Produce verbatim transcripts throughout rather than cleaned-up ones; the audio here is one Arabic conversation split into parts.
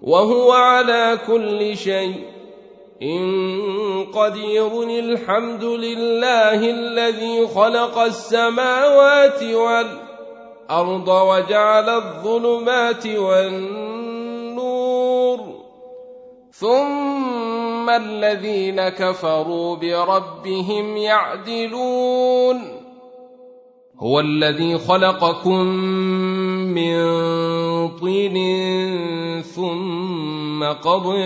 وهو على كل شيء قدير. الحمد لله الذي خلق السماوات والأرض وجعل الظلمات والنور ثم الذين كفروا بربهم يعدلون. هو الذي خلقكم من طين ثم قضى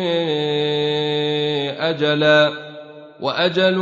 أجلا وأجل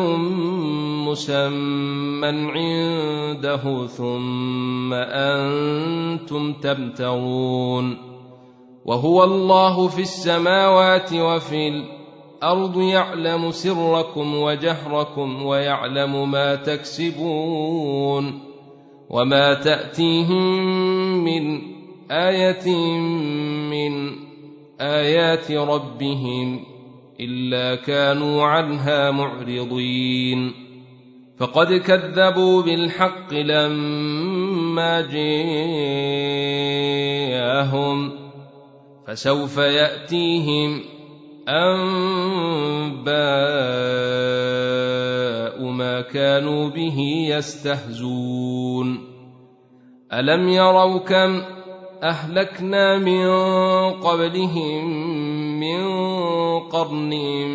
مسمى عنده ثم أنتم تمترون. وهو الله في السماوات وفي الأرض يعلم سركم وجهركم ويعلم ما تكسبون. وما تأتيهم من آية من آيات ربهم إلا كانوا عنها معرضين. فقد كذبوا بالحق لما جاءهم فسوف يأتيهم أنباء ما كانوا به يستهزون. ألم يروا كم أهلكنا من قبلهم من قرن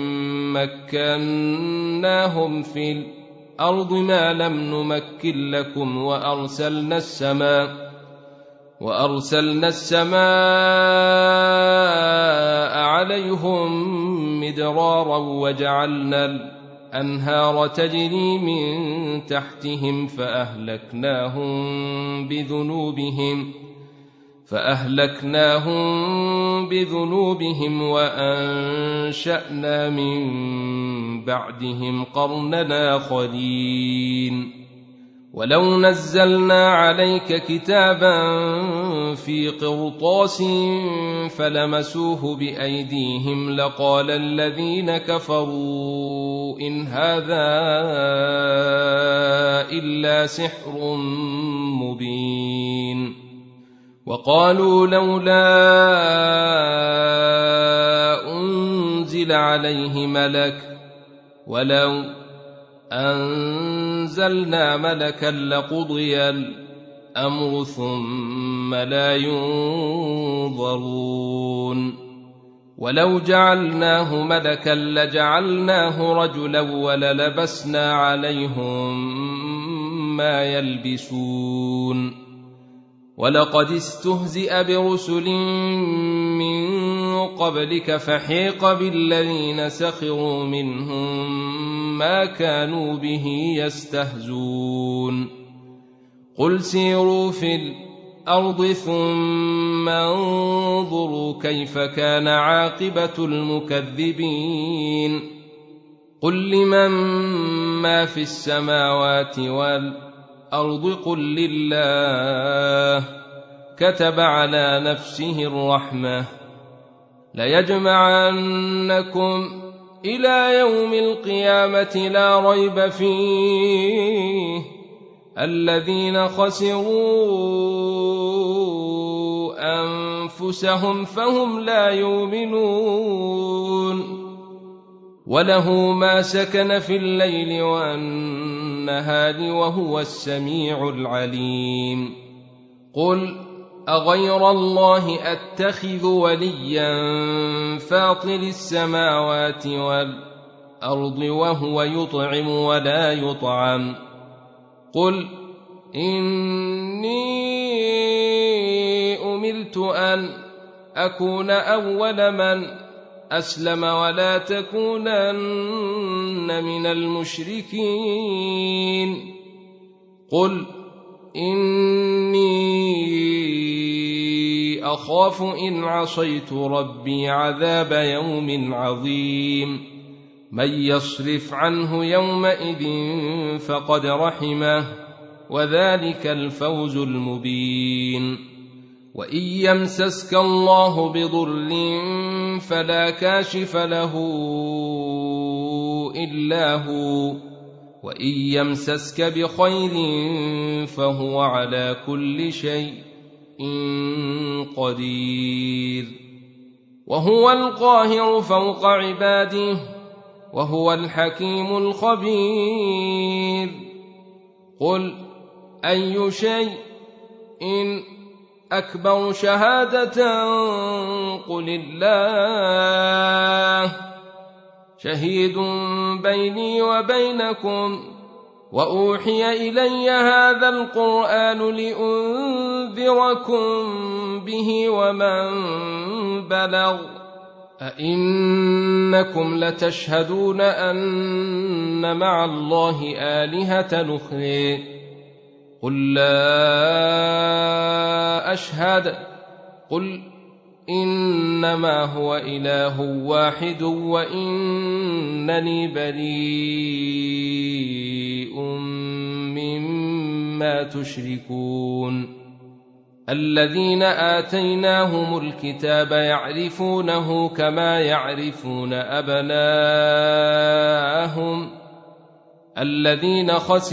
مكناهم في الأرض ما لم نمكن لكم وأرسلنا السماء وأرسلنا السماء عليهم مدرارا وجعلنا الأنهار تجري من تحتهم فأهلكناهم بذنوبهم فأهلكناهم بذنوبهم وأنشأنا من بعدهم قرنا آخرين. ولو نزلنا عليك كتابا في قرطاس فلمسوه بأيديهم لقال الذين كفروا إن هذا إلا سحر مبين. وقالوا لولا أنزل عليه ملك ولو أنزلنا ملكا لقضي الأمر ثم لا ينظرون. ولو جعلناه ملكا لجعلناه رجلا وللبسنا عليهم ما يلبسون. ولقد استهزئ برسل من قبلك فحيق بالذين سخروا منهم ما كانوا به يستهزون. قل سيروا في الأرض ثم انظروا كيف كان عاقبة المكذبين. قل لمن ما في السماوات والأرض قل لله كتب على نفسه الرحمة ليجمعنكم إلى يوم القيامة لا ريب فيه الذين خسروا أنفسهم فهم لا يؤمنون. وله ما سكن في الليل والنهار وهو السميع العليم. قل أغير الله أتخذ وليا فاطر السماوات والأرض وهو يطعم ولا يطعم. قل إني أمرت أن أكون أول من أسلم ولا تكونن من المشركين. قل إني أخاف إن عصيت ربي عذاب يوم عظيم. من يصرف عنه يومئذ فقد رحمه وذلك الفوز المبين. وإن يمسسك الله بضر فلا كاشف له إلا هو وإن يمسسك بخير فهو على كل شيء قدير. وهو القاهر فوق عباده وهو الحكيم الخبير. قل أي شيء إن أكبر شهادة قل الله شهيد بيني وبينكم وأوحي إلي هذا القرآن لأنذركم به ومن بلغ أئنكم لتشهدون أن مع الله آلهة نخرى قل لا أشهد قل إنما هو إله واحد وإنني بريء مما تشركون. الذين آتيناهم الكتاب يعرفونه كما يعرفون أبناءهم الذين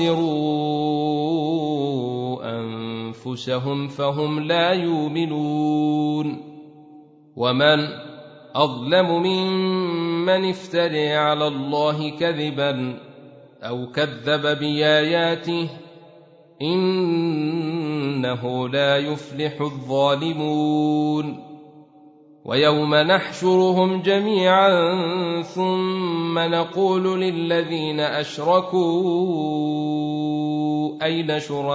خسروا أنفسهم فهم لا يؤمنون. ومن أظلم ممن افترى على الله كذبا أو كذب بآياته إنه لا يفلح الظالمون. ويوم نحشرهم جميعا ثم نقول للذين أشركوا أين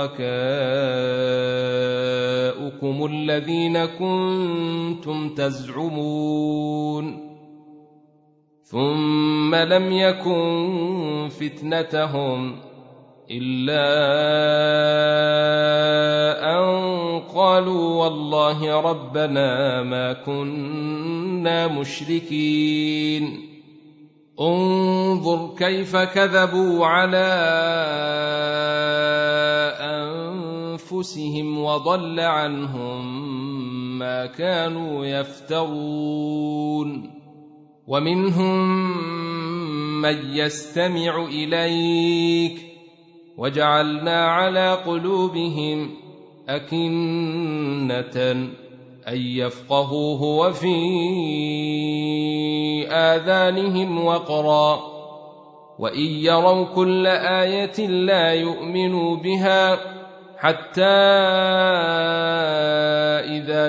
شركاؤكم الذين كنتم تزعمون ثم لم يكن فتنتهم إلا أن قالوا والله ربنا ما كنا مشركين. انظر كيف كذبوا على أنفسهم وضل عنهم ما كانوا يفترون. ومنهم من يستمع إليك وجعلنا على قلوبهم أكنة أن يفقهوه وفي آذانهم وقرا وإن يروا كل آية لا يؤمنوا بها حتى إذا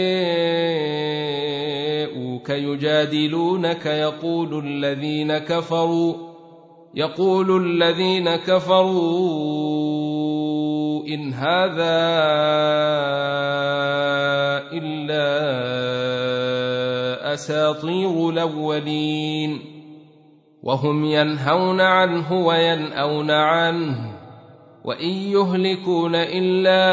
جاءوك يجادلونك يقول الذين كفروا يقول الذين كفروا إن هذا إلا أساطير الأولين وهم ينهون عنه وينأون عنه وإن يهلكون إلا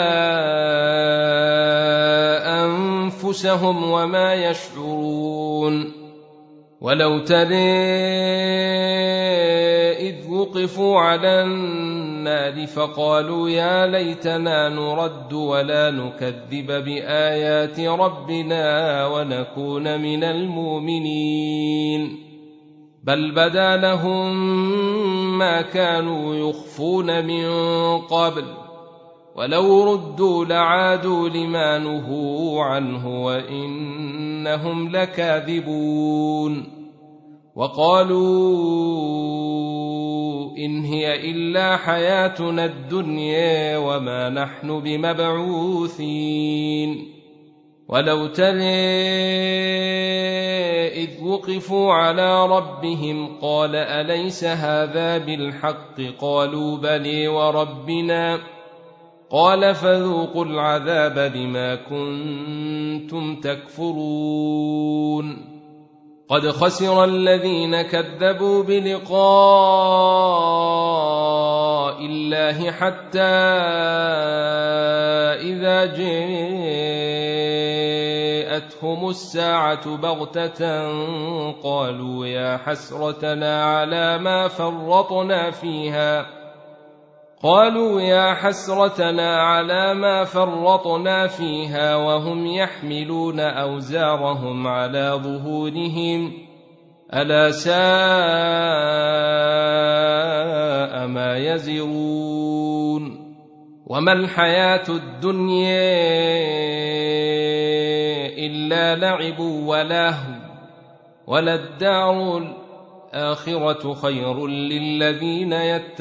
أنفسهم وما يشعرون. ولو ترى إذ وقفوا على النار فقالوا يا ليتنا نرد ولا نكذب بآيات ربنا ونكون من المؤمنين بل بدا لهم ما كانوا يخفون من قبل ولو ردوا لعادوا لما نهوا عنه وإنهم لكاذبون. وقالوا إن هي إلا حياتنا الدنيا وما نحن بمبعوثين. ولو ترى إذ وقفوا على ربهم قال أليس هذا بالحق قالوا بلي وربنا قال فذوقوا العذاب بما كنتم تكفرون. قد خسر الذين كذبوا بلقاء الله حتى إذا جاءتهم الساعة بغتة قالوا يا حسرتنا على ما فرطنا فيها قالوا يا حسرتنا على ما فرطنا فيها وهم يحملون أوزارهم على ظهورهم ألا ساء ما يزرون. وما الحياة الدنيا إلا لعب ولهو وللدار الآخرة خير للذين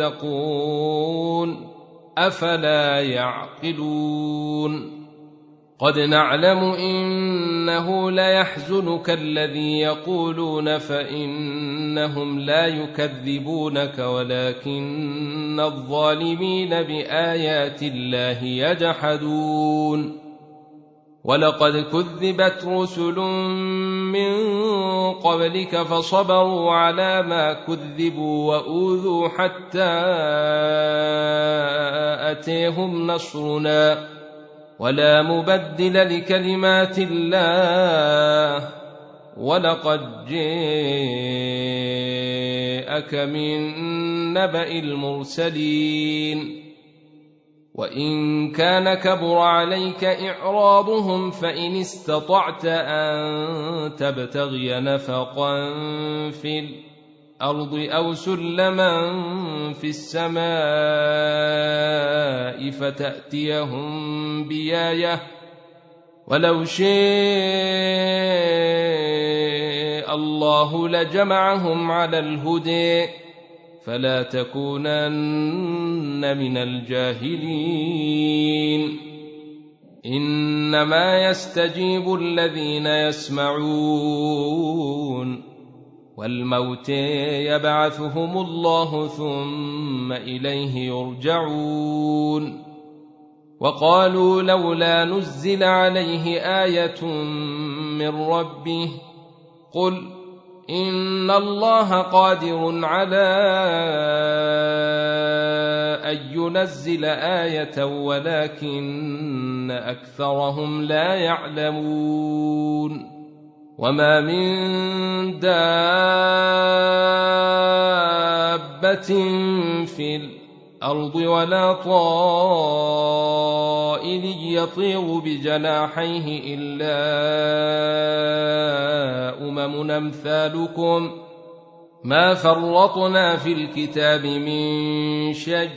يتقون أفلا يعقلون قد نعلم إنه ليحزنك الذي يقولون فإنهم لا يكذبونك ولكن الظالمين بآيات الله يجحدون ولقد كذبت رسل من قبلك فصبروا على ما كذبوا وأوذوا حتى أتيهم نصرنا ولا مبدل لكلمات الله ولقد جاءك من نبأ المرسلين وإن كان كبر عليك إعراضهم فإن استطعت أن تبتغي نفقا في الأرض أو سلما في السماء فتأتيهم بآية ولو شاء الله لجمعهم على الهدى فلا تكونن من الجاهلين إنما يستجيب الذين يسمعون والموتى يبعثهم الله ثم إليه يرجعون وقالوا لولا نزل عليه آية من ربه قل إن الله قادر على أن ينزل آية ولكن أكثرهم لا يعلمون وما من دابة في الأرض ولا طائر يطير بجناحيه إلا أمم أمثالكم ما فرطنا في الكتاب من شيء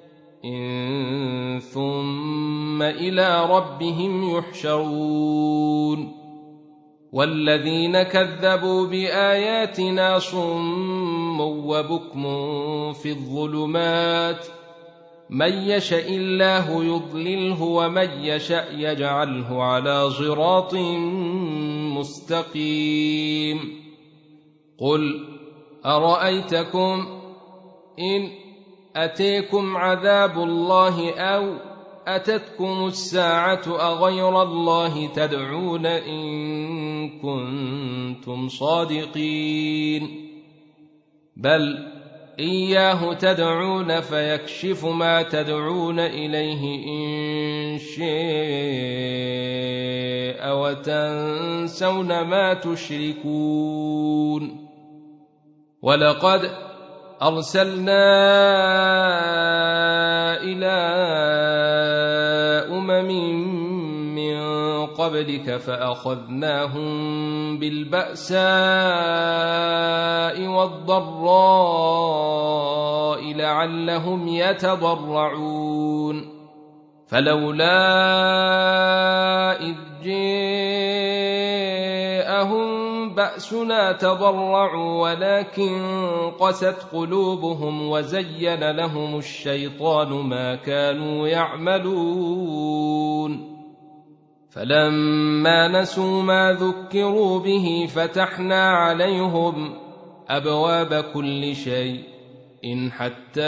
إن ثم إلى ربهم يحشرون والذين كذبوا بآياتنا صم وبكم في الظلمات من يشاء الله يضلله ومن يشاء يجعله على صراط مستقيم قل أرأيتكم إن أتيكم عذاب الله أو أتتكم الساعة أغير الله تدعون إن كنتم صادقين بل إياه تدعون فيكشف ما تدعون إليه إن شاء وتنسون ما تشركون ولقد أرسلنا إلى أمم من قبلك فأخذناهم بالبأساء والضراء لعلهم يتضرعون فلولا إذ جاءهم بأسنا تضرعوا ولكن قست قلوبهم وزين لهم الشيطان ما كانوا يعملون فلما نسوا ما ذكروا به فتحنا عليهم أبواب كل شيء إن حتى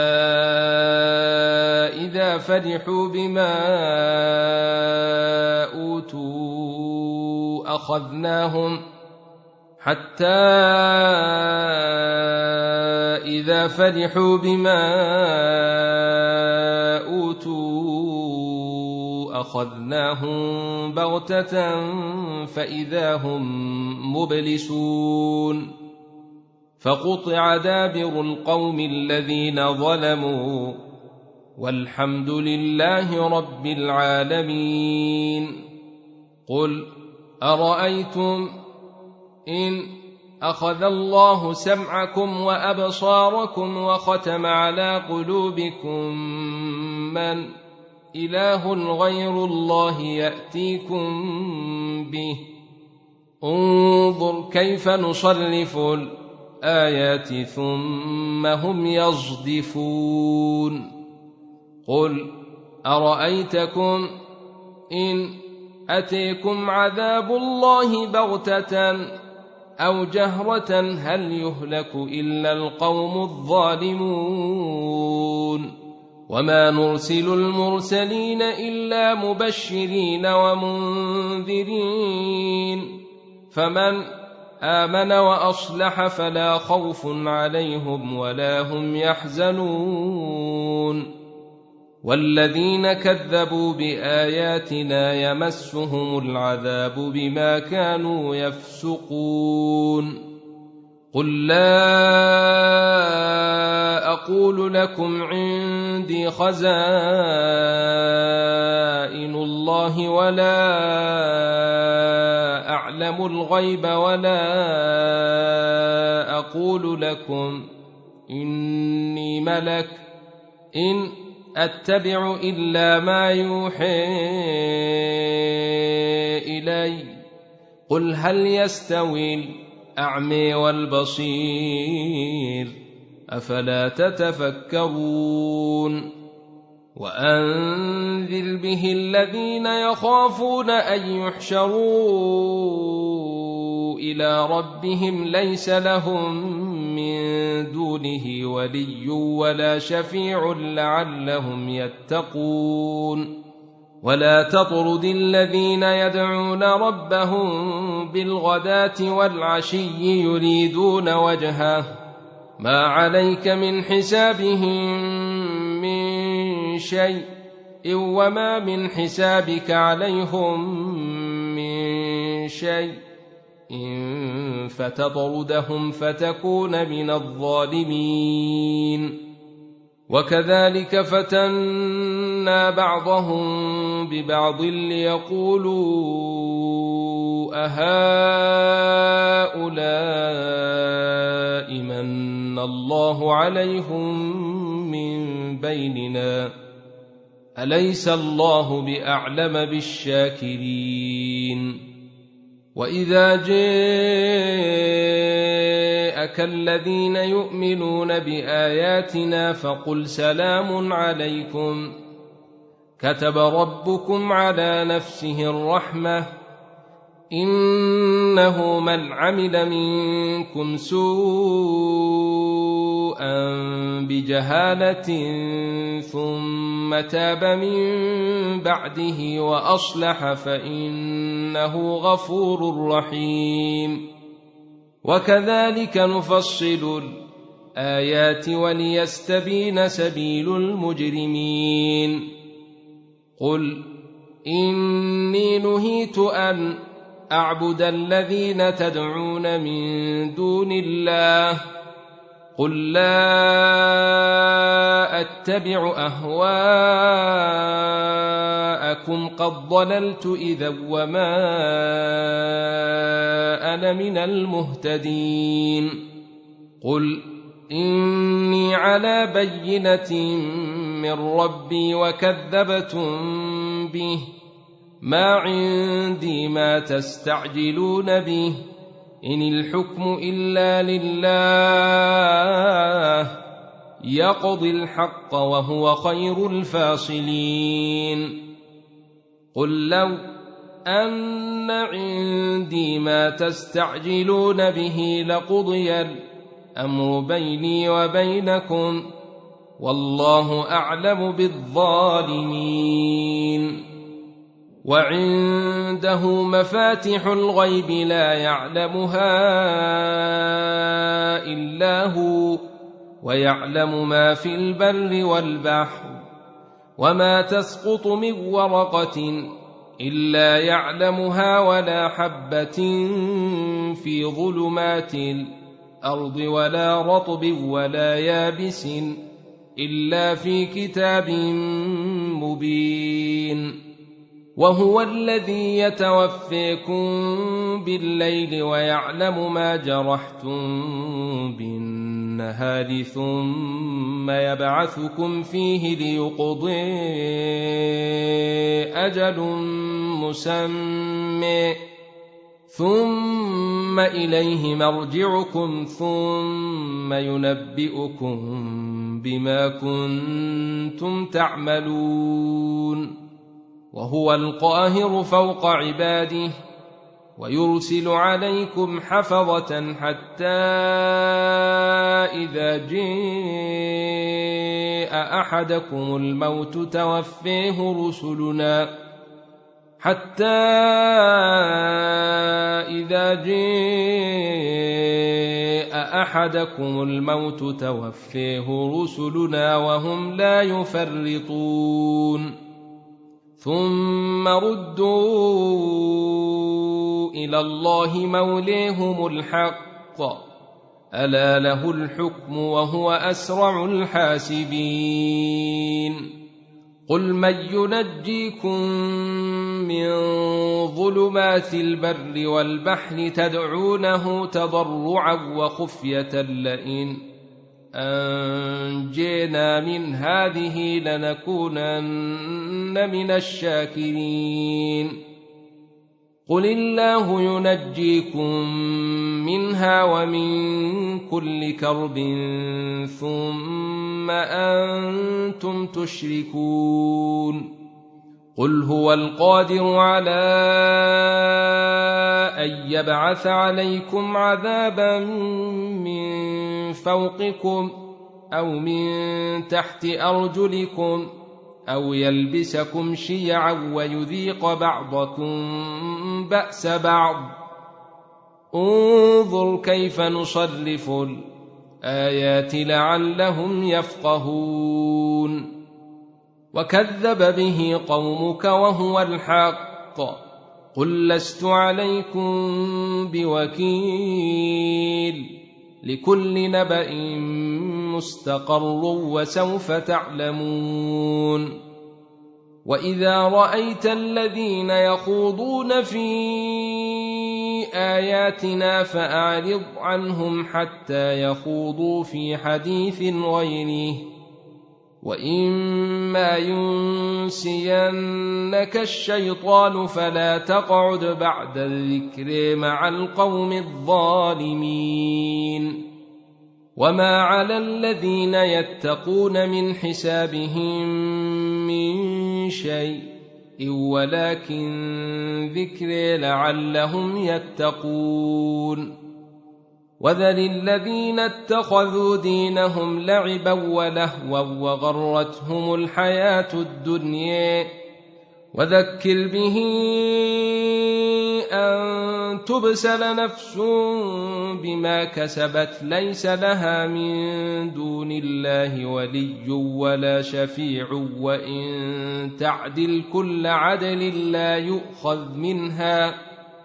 إذا فرحوا بما أوتوا أخذناهم حتى إذا فرحوا بما أوتوا أخذناهم بغتة فإذا هم مبلسون فقطع دابر القوم الذين ظلموا والحمد لله رب العالمين قل أرأيتم إن أخذ الله سمعكم وأبصاركم وختم على قلوبكم من إله غير الله يأتيكم به انظر كيف نصرف الآيات ثم هم يصدفون قل أرأيتكم إن أتيكم عذاب الله بغتة أو جهرة هل يهلك إلا القوم الظالمون وما نرسل المرسلين إلا مبشرين ومنذرين فمن آمن وأصلح فلا خوف عليهم ولا هم يحزنون والذين كذبوا بآياتنا يمسهم العذاب بما كانوا يفسقون قل لا أقول لكم عندي خزائن الله ولا أعلم الغيب ولا أقول لكم إني ملك إن أتبع إلا ما يوحى إلي قل هل يستوي الأعمى والبصير أفلا تتفكرون وأنذر به الذين يخافون أن يحشروا إلى ربهم ليس لهم من دونه ولي ولا شفيع لعلهم يتقون ولا تطرد الذين يدعون ربهم بالغداة والعشي يريدون وجهه ما عليك من حسابهم من شيء وما من حسابك عليهم من شيء إن فتطردهم فتكون من الظالمين وكذلك فتنا بعضهم ببعض ليقولوا أهؤلاء من الله عليهم من بيننا أليس الله بأعلم بالشاكرين وإذا جاءك الذين يؤمنون بآياتنا فقل سلام عليكم كتب ربكم على نفسه الرحمة إنه من عمل منكم سوءا بجهالة ثم تاب من بعده وأصلح فإنه غفور رحيم وكذلك نفصل الآيات وليستبين سبيل المجرمين قل إني نهيت أن أعبد الذين تدعون من دون الله قل لا أتبع أهواءكم قد ضللت إذا وما أنا من المهتدين قل إني على بينة من ربي وكذبتم به ما عندي ما تستعجلون به إن الحكم إلا لله يقضي الحق وهو خير الفاصلين قل لو أن عندي ما تستعجلون به لقضي الأمر بيني وبينكم والله أعلم بالظالمين وعنده مفاتح الغيب لا يعلمها إلا هو ويعلم ما في البر والبحر وما تسقط من ورقة إلا يعلمها ولا حبة في ظلمات الأرض ولا رطب ولا يابس إلا في كتاب مبين وهو الذي يتوفيكم بالليل ويعلم ما جرحتم بالنهار ثم يبعثكم فيه ليقضي أجل مسمى ثم إليه مرجعكم ثم ينبئكم بما كنتم تعملون وهو القاهر فوق عباده ويرسل عليكم حفظة حتى إذا جاء أحدكم الموت توفيه رسلنا حتى إذا جاء أحدكم الموت توفيه رسلنا وهم لا يفرطون ثم ردوا إلى الله موليهم الحق ألا له الحكم وهو أسرع الحاسبين قل من ينجيكم من ظلمات البر والبحر تدعونه تضرعا وخفية لئن أنجينا من هذه لنكونن من الشاكرين قل الله ينجيكم منها ومن كل كرب ثم أنتم تشركون قل هو القادر على أن يبعث عليكم عذابا من فوقكم أو من تحت أرجلكم أو يلبسكم شيعا ويذيق بعضكم بأس بعض انظر كيف نصرف الآيات لعلهم يفقهون وكذب به قومك وهو الحق قل لست عليكم بوكيل لكل نبأ مستقر وسوف تعلمون وإذا رأيت الذين يخوضون في آياتنا فأعرض عنهم حتى يخوضوا في حديث غيره وإما ينسينك الشيطان فلا تقعد بعد الذكر مع القوم الظالمين وما على الذين يتقون من حسابهم من شيء ولكن ذكر لعلهم يتقون وذل الذين اتخذوا دينهم لعبا ولهوا وغرتهم الحياة الدنيا وذكر به أن تبسل نفس بما كسبت ليس لها من دون الله ولي ولا شفيع وإن تعدل كل عدل لا يؤخذ منها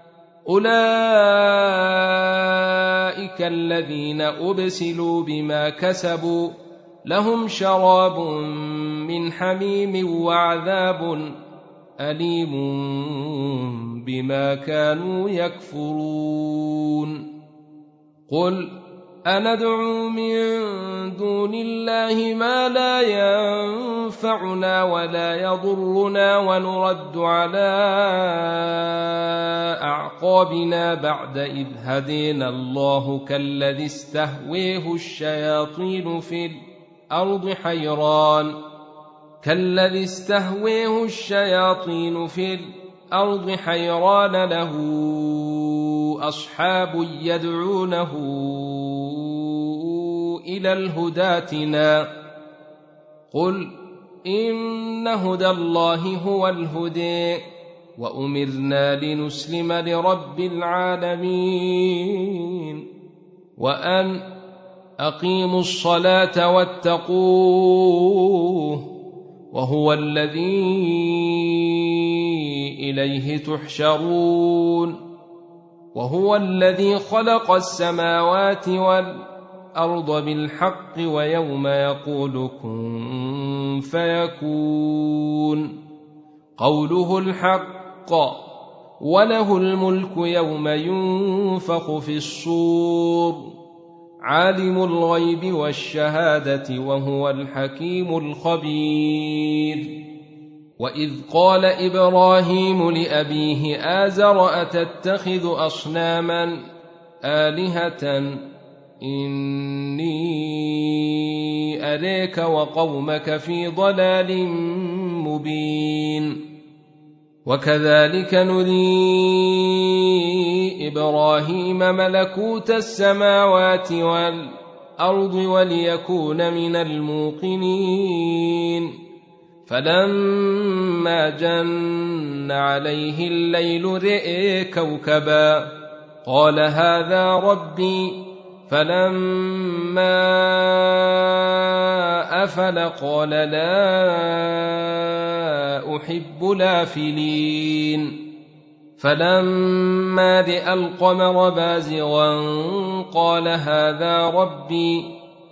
أولئك الذين أبسلوا بما كسبوا لهم شراب من حميم وعذاب أليم بما كانوا يكفرون قل أندعو من دون الله ما لا ينفعنا ولا يضرنا ونرد على أعقابنا بعد إذ هدينا الله كالذي استهويه الشياطين في الأرض حيران كالذي استهويه الشياطين في الأرض حيران له أصحاب يدعونه إلى الهدى ائتنا قل إن هدى الله هو الهدى وأمرنا لنسلم لرب العالمين وأن أقيموا الصلاة واتقوه وهو الذي إليه تحشرون وهو الذي خلق السماوات والأرض بالحق ويوم يقول كن فيكون قوله الحق وله الملك يوم ينفخ في الصور عالم الغيب والشهادة وهو الحكيم الخبير وإذ قال إبراهيم لأبيه آزر أتتخذ أصناما آلهة إني أريك وقومك في ضلال مبين وكذلك نري إبراهيم ملكوت السماوات والأرض وليكون من الموقنين فلما جن عليه الليل رئي كوكبا قال هذا ربي فلما أفل قال لا أحب الآفلين فلما رأى القمر بازغا قال هذا ربي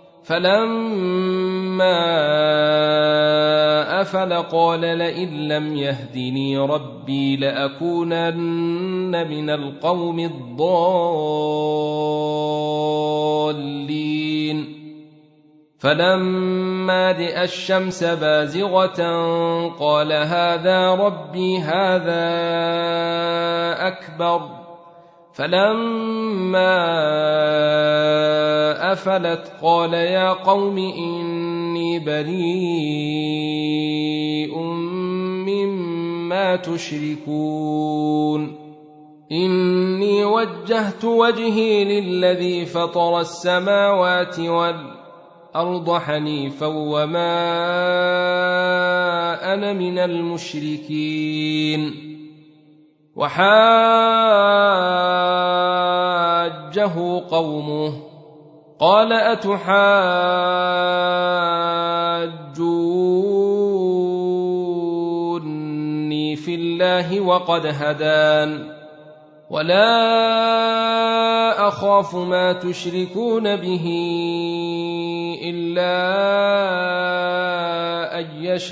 فلما أفل قال لئن لم يهدني ربي لأكونن من القوم الضالين فلما رأى الشمس بازغة قال هذا ربي هذا أكبر فلما أفلت قال يا قوم إني بريء مما تشركون إني وجهت وجهي للذي فطر السماوات والأرض حنيفا وما أنا من المشركين وحاجه قومه قال أتحاجوني في الله وقد هدان ولا أخاف ما تشركون به إلا أن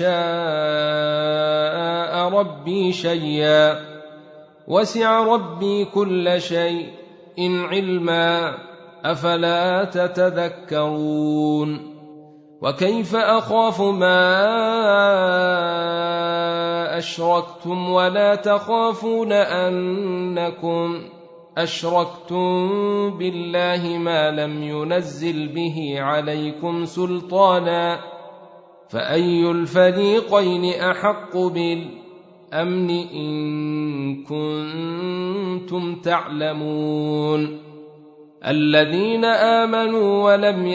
يشاء ربي شيئا وسع ربي كل شيء إن علما أفلا تتذكرون وكيف أخاف ما أشركتم ولا تخافون أنكم أشركتم بالله ما لم ينزل به عليكم سلطانا فأي الفريقين أحق بالأمن إن كنتم تعلمون الذين آمنوا ولم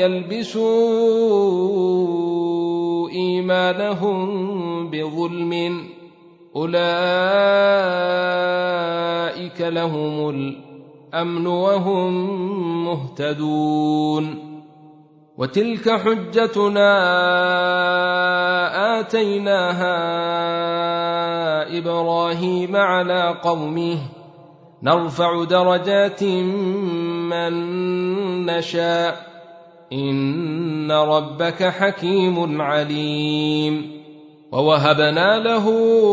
يلبسوا إيمانهم بظلم أولئك لهم الأمن وهم مهتدون وتلك حجتنا آتيناها إبراهيم على قومه نرفع درجات من نشاء إن ربك حكيم عليم ووهبنا له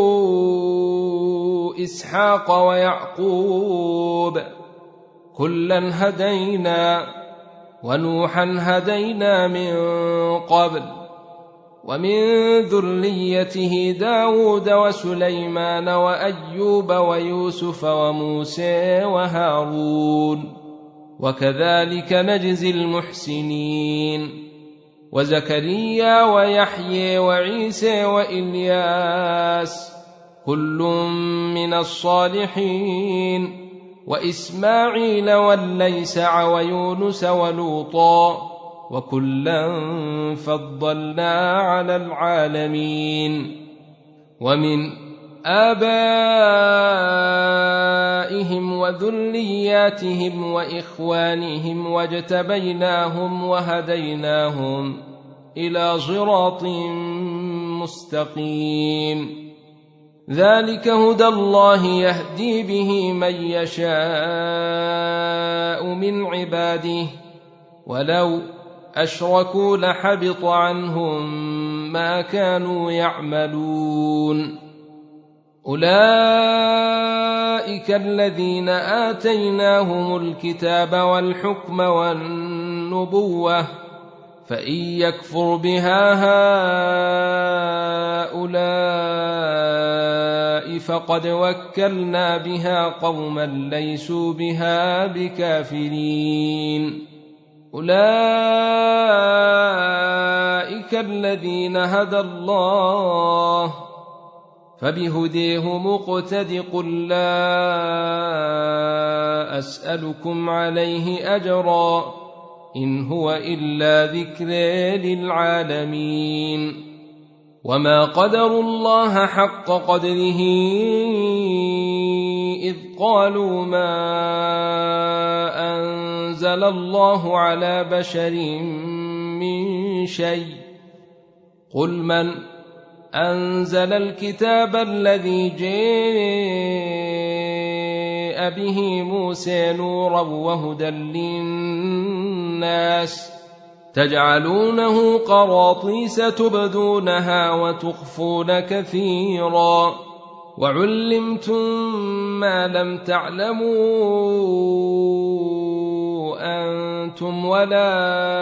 إسحاق ويعقوب كلا هدينا ونوحا هدينا من قبل ومن ذريته داود وسليمان وأيوب ويوسف وموسى وهارون وكذلك نجزي المحسنين وزكريا ويحيى وعيسى وإلياس كل من الصالحين وإسماعيل والليسع ويونس ولوطا وكلا فضلنا على العالمين ومن آبائهم وذرياتهم وإخوانهم واجتبيناهم وهديناهم إلى صراط مستقيم ذلك هدى الله يهدي به من يشاء من عباده ولو أشركوا لحبط عنهم ما كانوا يعملون أولئك الذين آتيناهم الكتاب والحكم والنبوة فإن يكفر بها هؤلاء فقد وكلنا بها قوما ليسوا بها بكافرين أولئك الذين هدى الله فبهديه مقتد قل لا أسألكم عليه أجرا إن هو إلا ذكر للعالمين وما قدروا الله حق قدره إذ قالوا ما أنزل الله على بشر من شيء قل من أنزل الكتاب الذي جاء به موسى نورا وهدى للناس تجعلونه قراطيس تبدونها وتخفون كثيرا وعلمتم ما لم تعلموا أنتم ولا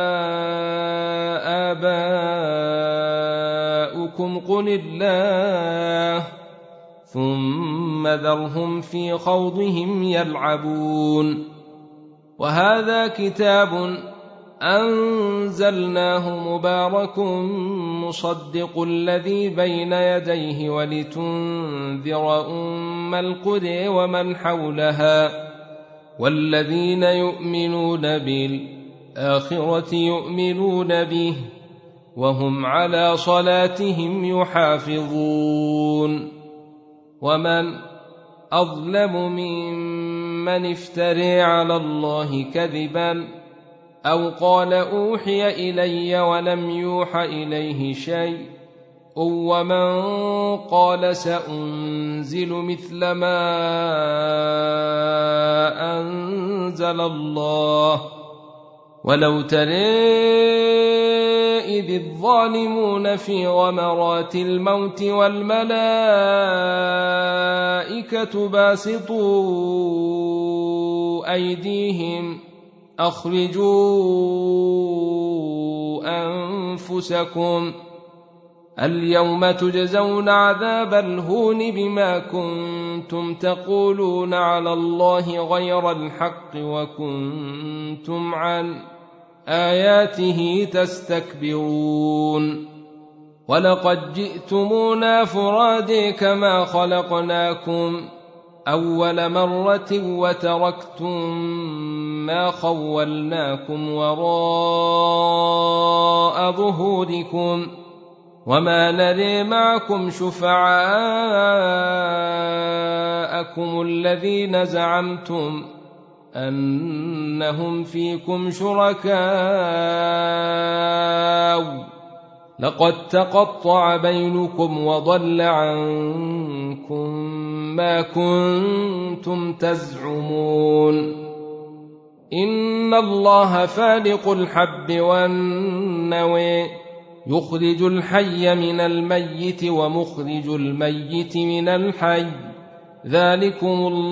آباؤكم قل الله ثم ذرهم في خوضهم يلعبون وهذا كتاب أنزلناه مبارك مصدق الذي بين يديه ولتنذر أم القرى ومن حولها والذين يؤمنون بالآخرة يؤمنون به وهم على صلاتهم يحافظون ومن أظلم ممن افترى على الله كذبا أو قال أوحي إلي ولم يوح إليه شيء ومن قال سأنزل مثل ما أنزل الله ولو ترى إذ الظالمون في غمرات الموت والملائكة باسطوا أيديهم أخرجوا أنفسكم اليوم تجزون عذاب الهون بما كنتم تقولون على الله غير الحق وكنتم عن آياته تستكبرون ولقد جئتمونا فرادى كما خلقناكم أول مرة وتركتم ما خولناكم وراء ظهوركم وما نري معكم شفعاءكم الذين زعمتم أنهم فيكم شركاء لقد تقطع بينكم وضل عنكم ما كنتم تزعمون إن الله فالق الحب والنوى يخرج الحي من الميت ومخرج الميت من الحي ذلكم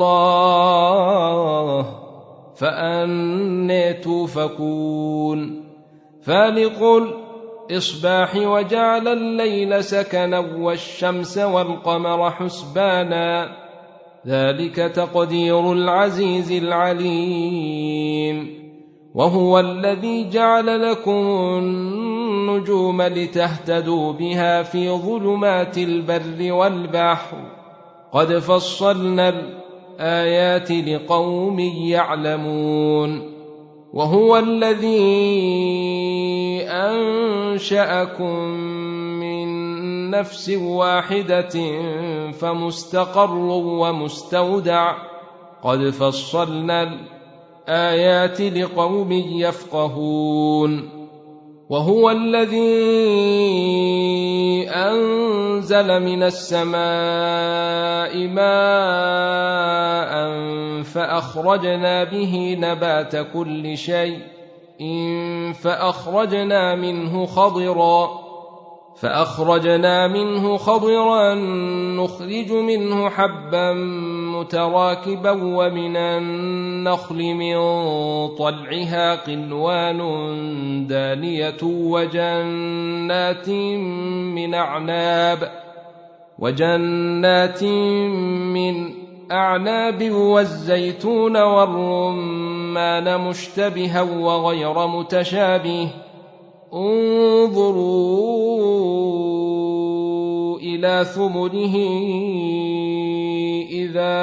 الله فأنى توفكون فالق الإصباح وجعل الليل سكنا والشمس والقمر حسبانا ذلك تقدير العزيز العليم وهو الذي جعل لكم النجوم لتهتدوا بها في ظلمات البر والبحر قد فصلنا الآيات لقوم يعلمون وهو الذي أنشأكم من نفس واحدة فمستقر ومستودع قد فصلنا الآيات لقوم يفقهون وهو الذي أنزل من السماء ماء فأخرجنا به نبات كل شيء فأخرجنا منه خضرا فأخرجنا منه خضرا نخرج منه حبا متراكبا ومن النخل من طلعها قنوان دانية وجنات من أعناب وجنات من أعناب والزيتون والرمان مشتبها وغير متشابه انظروا إلى ثمره إذا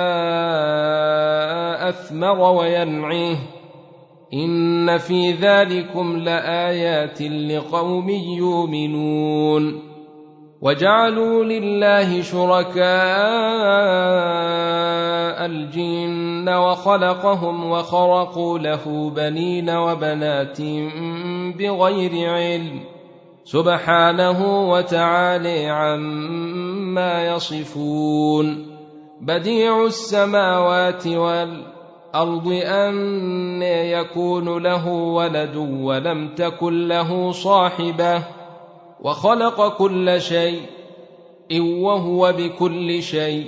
أثمر وينعه إن في ذلكم لآيات لقوم يؤمنون وجعلوا لله شركاء الجن وخلقهم وخرقوا له بنين وبنات بغير علم سبحانه وتعالى عما يصفون بديع السماوات والأرض أن يكون له ولد ولم تكن له صاحبة وخلق كل شيء وهو بكل شيء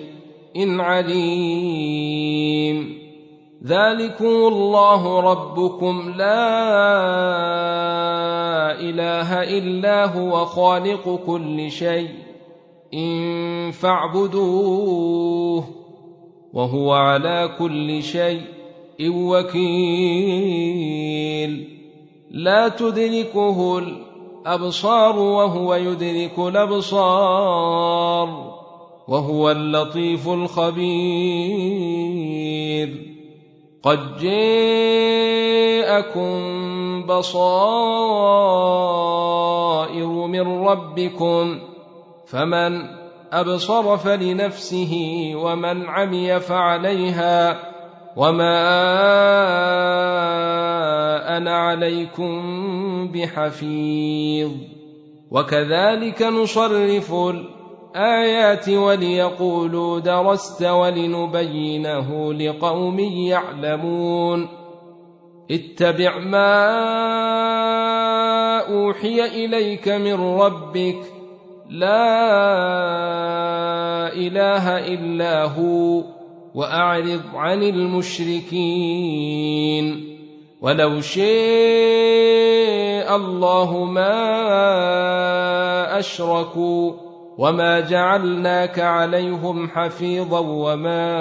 عليم ذلكم الله ربكم لا إله إلا هو خالق كل شيء إن فاعبدوه وهو على كل شيء وكيل لا تدركه الأبصار وهو يدرك الأبصار وهو اللطيف الخبير قد جاءكم بصائر من ربكم فمن أبصر فلنفسه ومن عمي فعليها وما أنا عليكم بحفيظ وكذلك نصرف الآيات وليقولوا درست ولنبينه لقوم يعلمون اتبع ما أوحي إليك من ربك لا إله إلا هو وأعرض عن المشركين ولو شاء الله ما أشركوا وما جعلناك عليهم حفيظا وما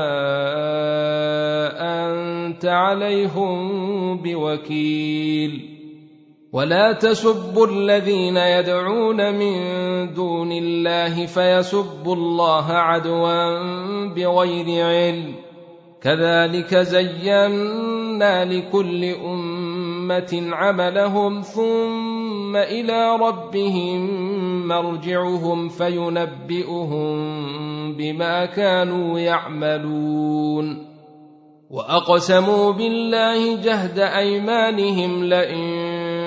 أنت عليهم بوكيل ولا تسبوا الذين يدعون من دون الله فيسبوا الله عدوا بغير علم كذلك زينا لكل أمة عملهم ثم إلى ربهم مرجعهم فينبئهم بما كانوا يعملون وأقسموا بالله جهد أيمانهم لئن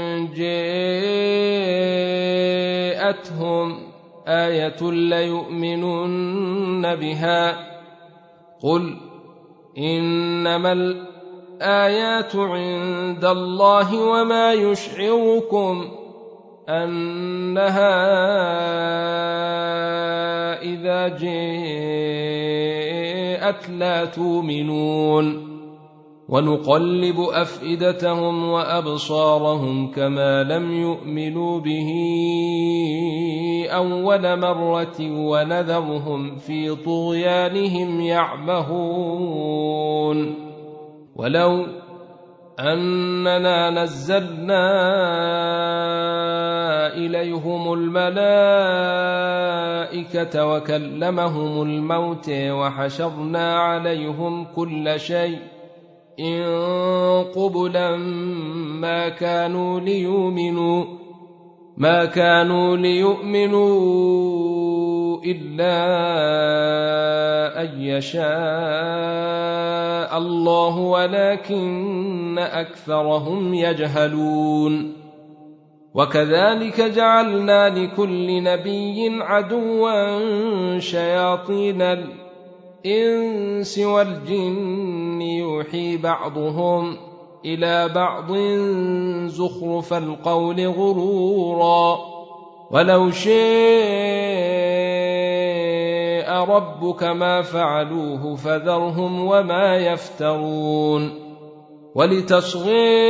جاءتهم آية ليؤمنن بها قل إنما الآيات عند الله وما يشعركم أنها إذا جاءت لا تؤمنون ونقلب أفئدتهم وأبصارهم كما لم يؤمنوا به أول مرة ونذرهم في طغيانهم يعمهون ولو أننا نزلنا إليهم الملائكة وكلمهم الموت وحشرنا عليهم كل شيء إن قبلا ما كانوا ليؤمنوا ما كانوا ليؤمنوا إلا أن يشاء الله ولكن أكثرهم يجهلون وكذلك جعلنا لكل نبي عدوا شياطين الإنس والجن يوحي بعضهم إلى بعض زخرف القول غرورا ولو شاء ربك ما فعلوه فذرهم وما يفترون ولتصغي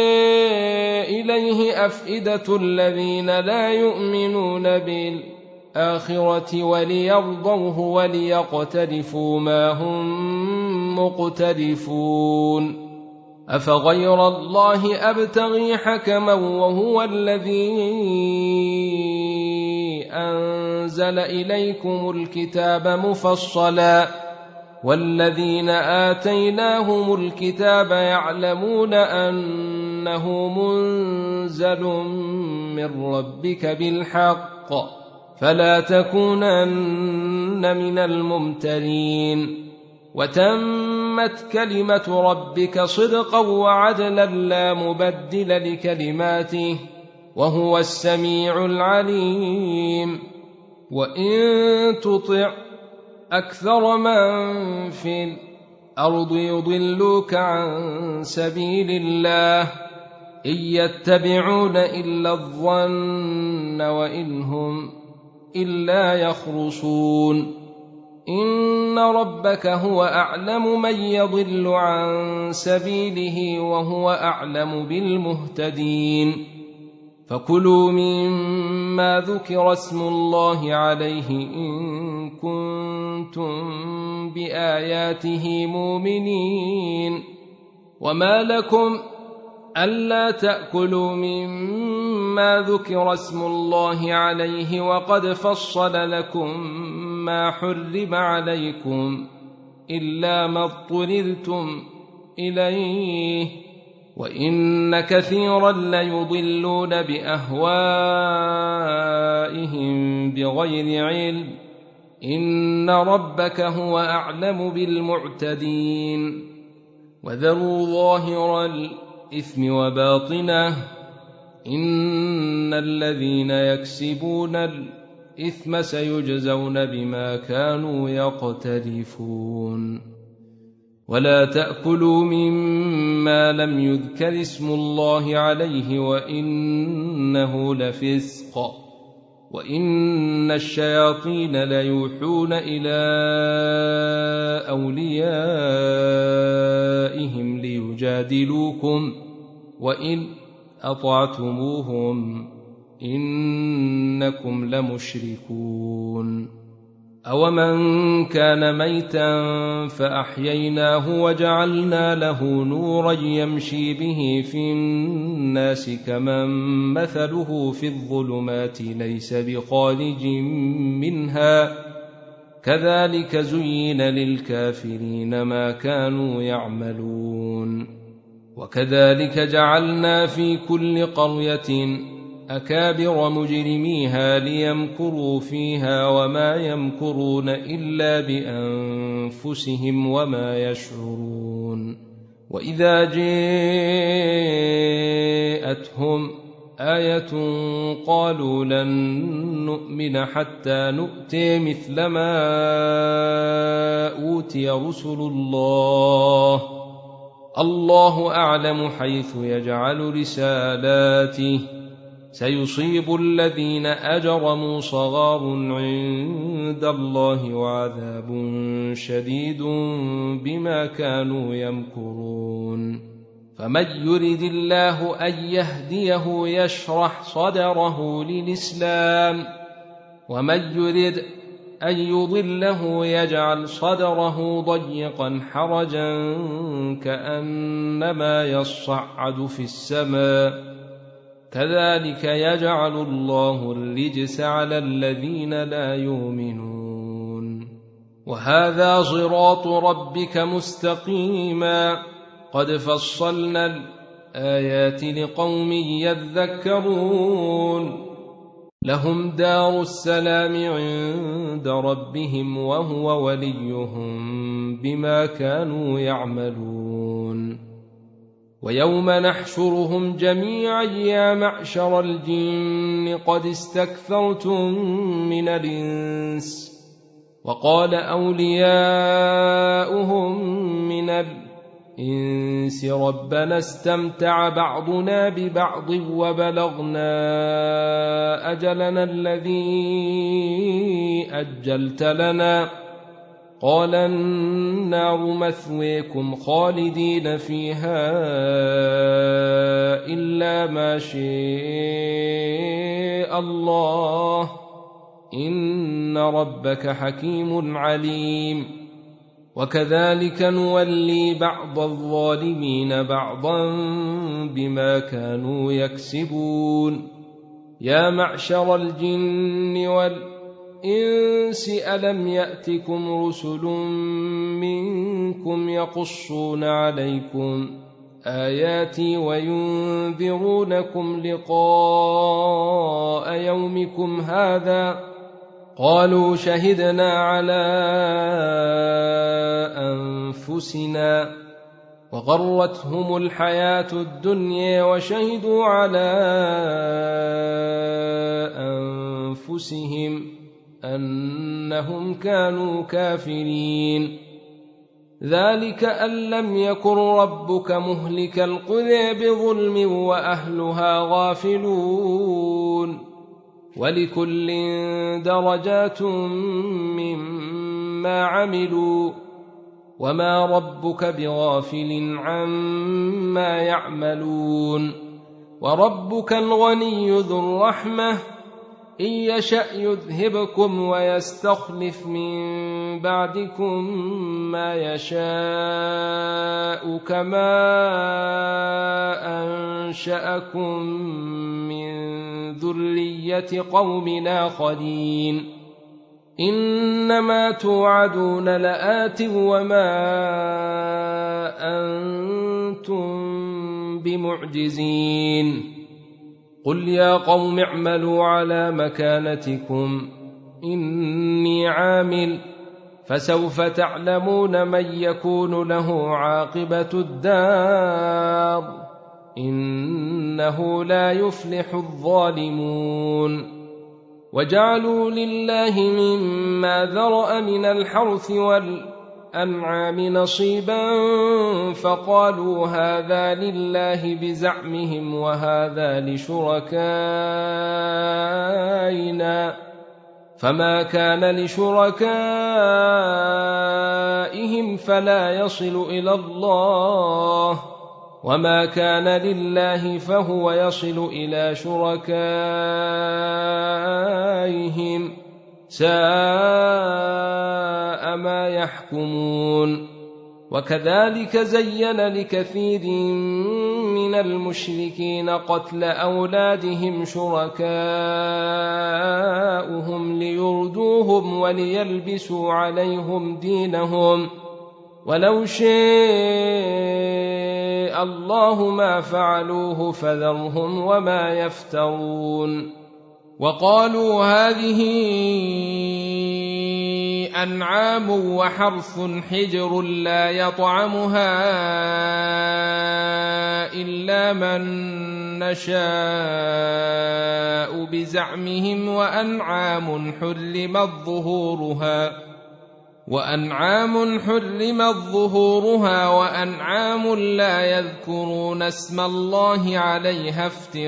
إليه أفئدة الذين لا يؤمنون بالآخرة وليرضوه وليقترفوا ما هم مقترفون أفغير الله أبتغي حكما وهو الذي أنزل إليكم الكتاب مفصلا والذين آتيناهم الكتاب يعلمون أنه منزل من ربك بالحق فلا تكونن من الممترين وتمت كلمة ربك صدقا وعدلا لا مبدل لكلماته وهو السميع العليم وإن تطع أكثر من في الأرض يضلوك عن سبيل الله إن يتبعون إلا الظن وإن هم إلا يخرصون إن ربك هو أعلم من يضل عن سبيله وهو أعلم بالمهتدين فكلوا مما ذكر اسم الله عليه إن كنتم بآياته مؤمنين وما لكم ألا تأكلوا مما ذكر اسم الله عليه وقد فصل لكم ما حرم عليكم إلا ما اضطررتم إليه وإن كثيرا ليضلون بأهوائهم بغير علم إن ربك هو أعلم بالمعتدين وذروا ظاهر الإثم وباطنه إن الذين يكسبون الإثم سيجزون بما كانوا يقترفون ولا تأكلوا مما لم يذكر اسم الله عليه وإنه لفسق وإن الشياطين ليوحون إلى أوليائهم ليجادلوكم وإن أطعتموهم إنكم لمشركون أومن كان ميتا فأحييناه وجعلنا له نورا يمشي به في الناس كمن مثله في الظلمات ليس بخارج منها كذلك زين للكافرين ما كانوا يعملون وكذلك جعلنا في كل قرية أكابر مجرميها ليمكروا فيها وما يمكرون إلا بأنفسهم وما يشعرون وإذا جاءتهم آية قالوا لن نؤمن حتى نؤتي مثل ما أوتي رسل الله الله أعلم حيث يجعل رسالاته سيصيب الذين أجرموا صغار عند الله وعذاب شديد بما كانوا يمكرون فمن يرد الله أن يهديه يشرح صدره للإسلام ومن يرد أن يضله يجعل صدره ضيقا حرجا كأنما يصعد في السماء كذلك يجعل الله الرجس على الذين لا يؤمنون وهذا صراط ربك مستقيما قد فصلنا الآيات لقوم يذكرون لهم دار السلام عند ربهم وهو وليهم بما كانوا يعملون ويوم نحشرهم جميعا يا معشر الجن قد استكثرتم من الإنس وقال أولياؤهم من إنس ربنا استمتع بعضنا ببعض وبلغنا أجلنا الذي أجلت لنا قال النار مثويكم خالدين فيها إلا ما شاء الله إن ربك حكيم عليم وكذلك نولي بعض الظالمين بعضا بما كانوا يكسبون يا معشر الجن والإنس ألم يأتكم رسل منكم يقصون عليكم آياتي وينذرونكم لقاء يومكم هذا قالوا شهدنا على أنفسنا وغرتهم الحياة الدنيا وشهدوا على أنفسهم أنهم كانوا كافرين ذلك أن لم يكن ربك مهلك القرى بظلم وأهلها غافلون ولكل درجات مما عملوا وما ربك بغافل عما يعملون وربك الغني ذو الرحمة إن يشأ يذهبكم ويستخلف من بعدكم ما يشاء كما أنشأكم من ذرية قوم آخرين إنما توعدون لآت وما أنتم بمعجزين قل يا قوم اعملوا على مكانتكم إني عامل فسوف تعلمون من يكون له عاقبة الدار إنه لا يفلح الظالمون وجعلوا لله مما ذرأ من الحرث والأنعام نصيبا فقالوا هذا لله بزعمهم وهذا لشركائنا فما كان لشركائهم فلا يصل إلى الله وما كان لله فهو يصل إلى شركائهم ساء ما يحكمون وكذلك زين لكثير من المشركين قتل أولادهم شركاؤهم ليردوهم وليلبسوا عليهم دينهم ولو شاء الله ما فعلوه فذرهم وما يفترون وقالوا هذه أنعام وحرث حجر لا يطعمها إلا من نشاء بزعمهم وأنعام حرمت ظهورها وأنعام حرمت ظهورها وأنعام لا يذكرون اسم الله عليها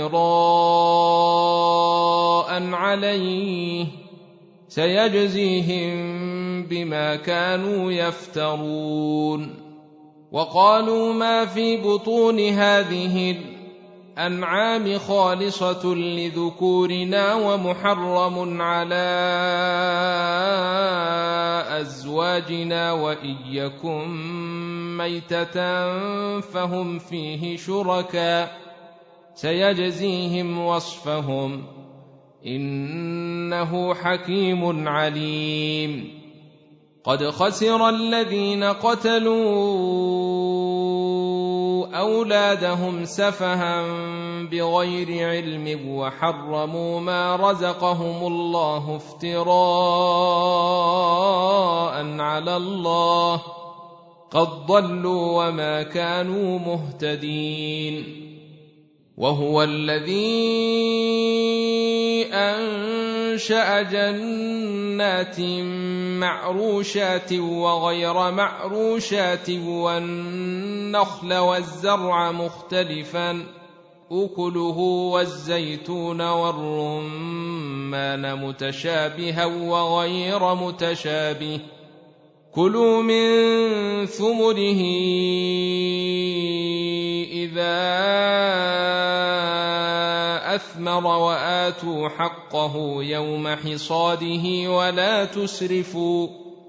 افتراء عليه سيجزيهم بما كانوا يفترون وقالوا ما في بطون هذه الأنعام خالصة لذكورنا ومحرم على أزواجنا وإن يكن ميتة فهم فيه شركاء سيجزيهم وصفهم إنه حكيم عليم قد خسر الذين قتلوا أولادهم سفها بغير علم وحرموا ما رزقهم الله افتراء على الله قد ضلوا وما كانوا مهتدين وهو الذي أنشأ أنشأ جنات معروشات وغير معروشات والنخل والزرع مختلفا أكله والزيتون والرمان متشابها وغير متشابه كلوا من ثمره إذا أثمر وآتوا حقه يوم حصاده ولا تسرفوا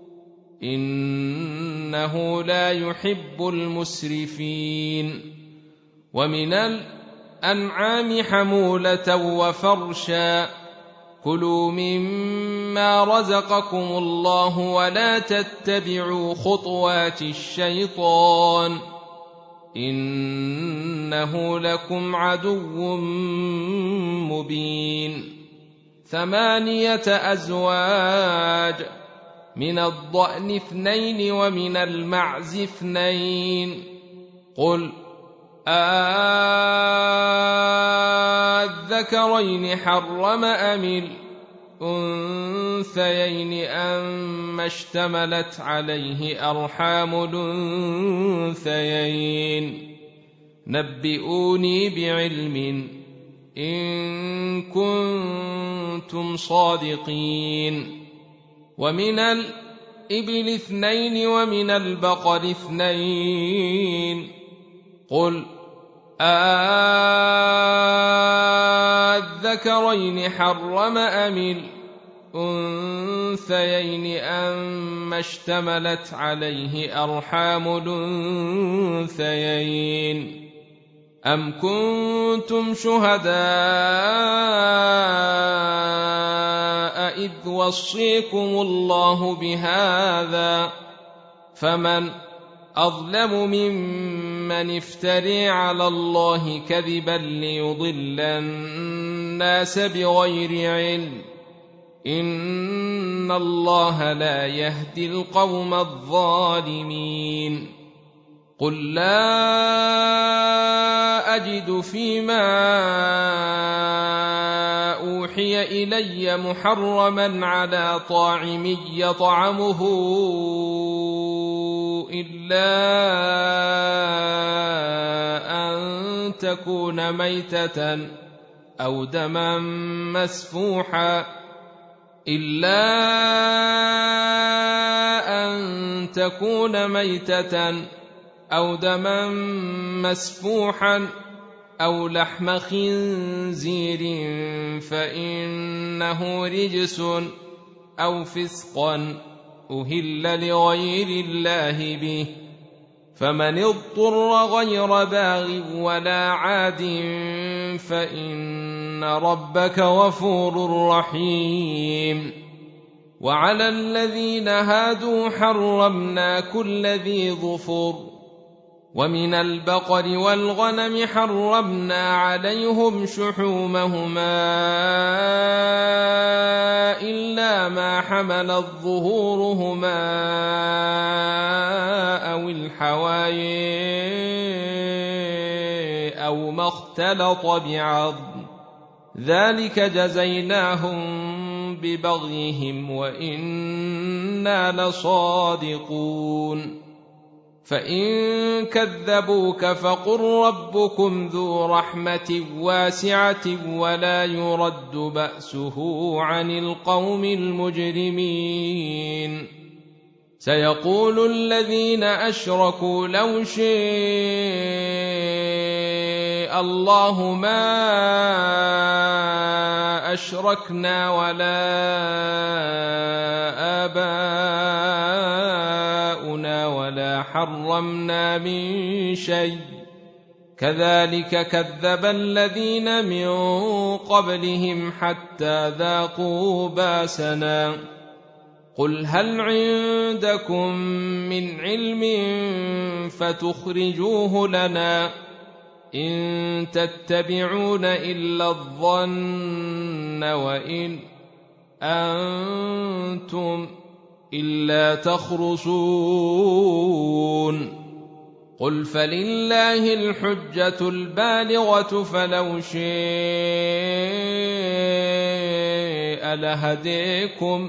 إنه لا يحب المسرفين ومن الأنعام حمولة وفرشا كلوا مما رزقكم الله ولا تتبعوا خطوات الشيطان إنه لكم عدو مبين ثمانية أزواج من الضأن اثنين ومن المعز اثنين قل أذكرين حرم أم الأنثيين أما اشتملت عليه أرحام الأنثيين نبئوني بعلم إن كنتم صادقين ومن الإبل اثنين ومن البقر اثنين قل أذكرين حرم أم الأنثيين أما اشتملت عليه أرحام الأنثيين أم كنتم شهداء إذ وصيكم الله بهذا فمن أظلم ممن افتري على الله كذبا ليضل الناس بغير علم إن الله لا يهدي القوم الظالمين قل لا أجد فيما أوحي إلي محرما على طاعم يطعمه إلا أن تكون ميتة أو دما مسفوحا إلا أن تكون ميتة أو دما مسفوحا أو لحم خنزير فإنه رجس أو فسقا أهل لغير الله به فمن اضطر غير باغ ولا عاد فإن ربك غفور رحيم وعلى الذين هادوا حرمنا كل ذي ظفر ومن البقر والغنم حرمنا عليهم شحومهما إلا ما حملت ظهورهما أو الحوايا أو ما اختلط بعظم ذلك جزيناهم ببغيهم وإنا لصادقون فإن كذبوك فقل ربكم ذو رحمة واسعة ولا يرد بأسه عن القوم المجرمين سيقول الذين أشركوا لو شاء الله ما أشركنا ولا آباؤنا ولا حرمنا من شيء كذلك كذب الذين من قبلهم حتى ذاقوا باسنا قل هل عندكم من علم فتخرجوه لنا إن تتبعون إلا الظن وإن أنتم إلا تخرصون قل فلله الحجة البالغة فلو شاء لهديكم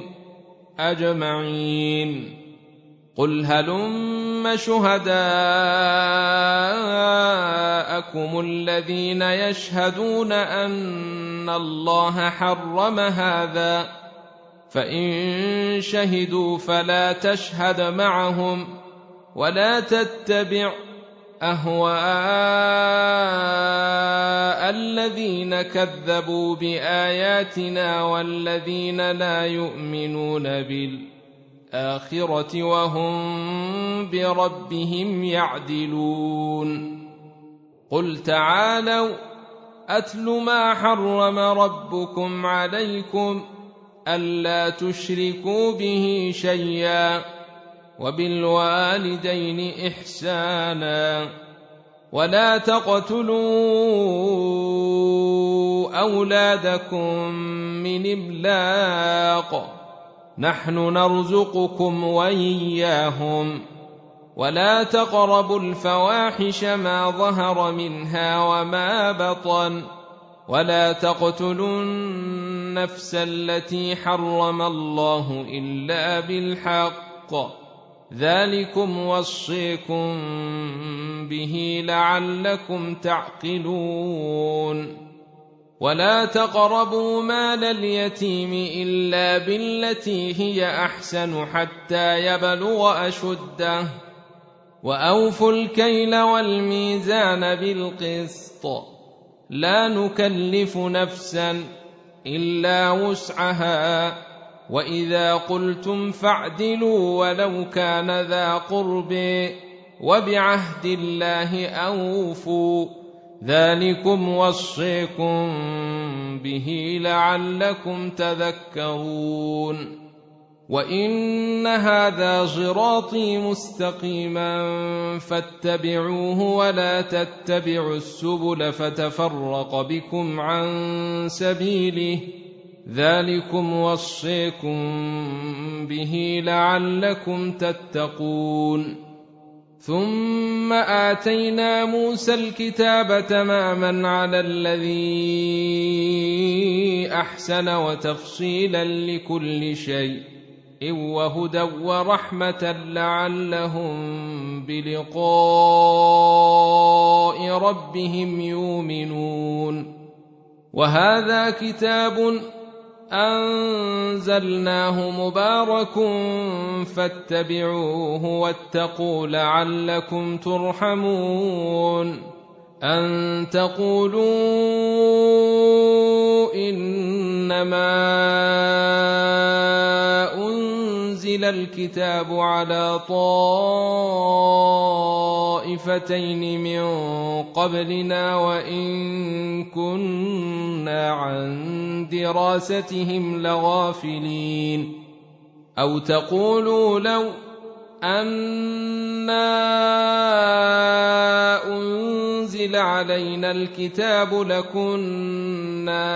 أجمعين. قل هلم شهداءكم الذين يشهدون أن الله حرم هذا، فإن شهدوا فلا تشهد معهم ولا تتبع أهواء الذين كذبوا بآياتنا والذين لا يؤمنون بالآخرة وهم بربهم يعدلون. قل تعالوا أتل ما حرم ربكم عليكم ألا تشركوا به شيئا وبالوالدين إحسانا ولا تقتلوا أولادكم من إملاق نحن نرزقكم وإياهم ولا تقربوا الفواحش ما ظهر منها وما بطن ولا تقتلوا النفس التي حرم الله إلا بالحق ذلكم وصيكم به لعلكم تعقلون. ولا تقربوا مال اليتيم إلا بالتي هي أحسن حتى يبلغ أشده وأوفوا الكيل والميزان بالقسط لا نكلف نفسا إلا وسعها وإذا قلتم فاعدلوا ولو كان ذا قرب وبعهد الله أوفوا ذلكم وصيكم به لعلكم تذكرون. وإن هذا صراطي مستقيما فاتبعوه ولا تتبعوا السبل فتفرق بكم عن سبيله ذلكم وصيكم به لعلكم تتقون. ثم آتينا موسى الكتاب تماما على الذي أحسن وتفصيلا لكل شيء وهدى ورحمة لعلهم بلقاء ربهم يؤمنون. وهذا كتاب أنزلناه مبارك فاتبعوه واتقوا لعلكم ترحمون. أن تقولوا إنما أنزل الكتاب على طائفتين من قبلنا وإن كنا عن دراستهم لغافلين. أو تقولوا لو أنا أنزل علينا الكتاب لكنا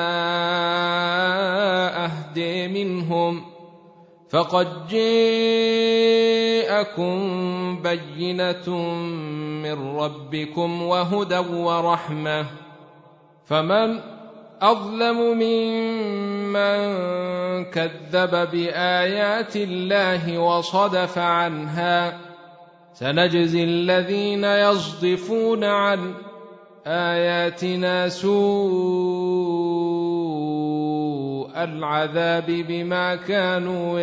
أهدي منهم فقد جاءكم بينة من ربكم وهدى ورحمة فمن أظلم ممن كذب بآيات الله وصدف عنها سنجزي الذين يصدفون عن آياتنا سوء العذاب بما كانوا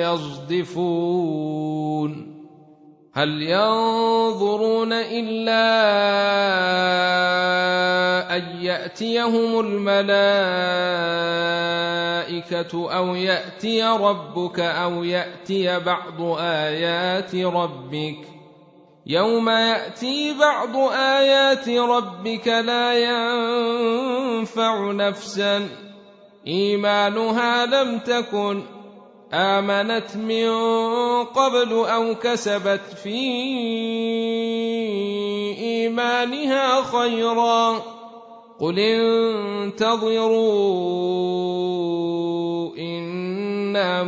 يصدفون. هل ينظرون إلا أن يأتيهم الملائكة أو يأتي ربك أو يأتي بعض آيات ربك يوم يأتي بعض آيات ربك لا ينفع نفسا إيمانها لم تكن آمنت من قبل أو كسبت في إيمانها خيرا قل انتظروا إنا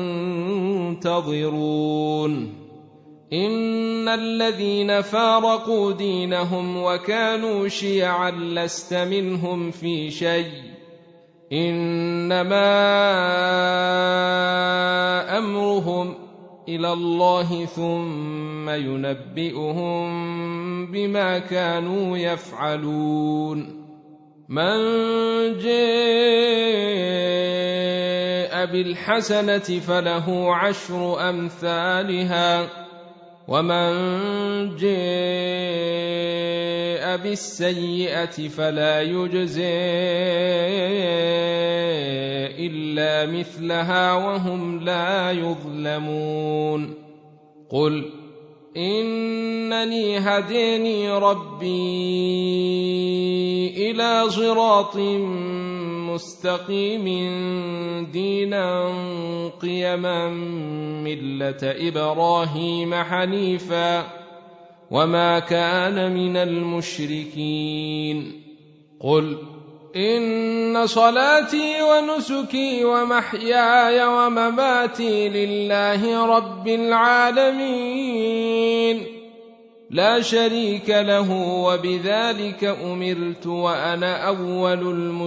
منتظرون. إن الذين فارقوا دينهم وكانوا شيعا لست منهم في شيء إنما أمرهم إلى الله ثم ينبئهم بما كانوا يفعلون من جاء بالحسنة فله عشر أمثالها ومن جاء بالسيئة فلا يجزى إلا مثلها وهم لا يظلمون قل إنني هداني ربي إلى صراط مستقيم دينا قيما ملة إبراهيم حنيفا وما كان من المشركين قل إن صلاتي ونسكي ومحياي ومماتي لله رب العالمين لا شريك له وبذلك أمرت وأنا أول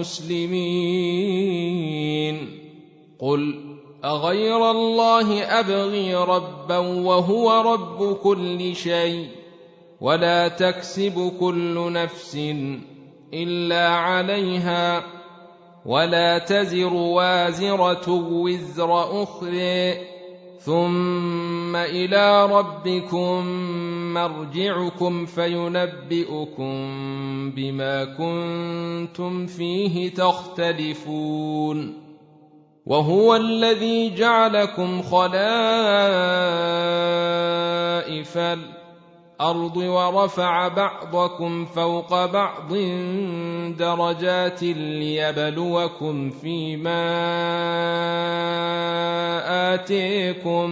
المسلمين قل أغير الله أبغي ربا وهو رب كل شيء ولا تكسب كل نفس إلا عليها ولا تزر وازرة وزر أخرى ثم إلى ربكم مرجعكم فينبئكم بما كنتم فيه تختلفون وهو الذي جعلكم خلائف الأرض ورفع بعضكم فوق بعض درجات ليبلوكم فيما آتيكم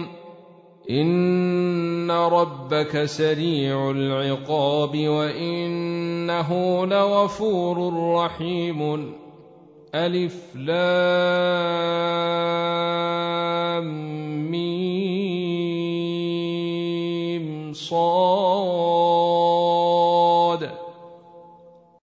إن ربك سريع العقاب وإنه لغفور رحيم ألف لام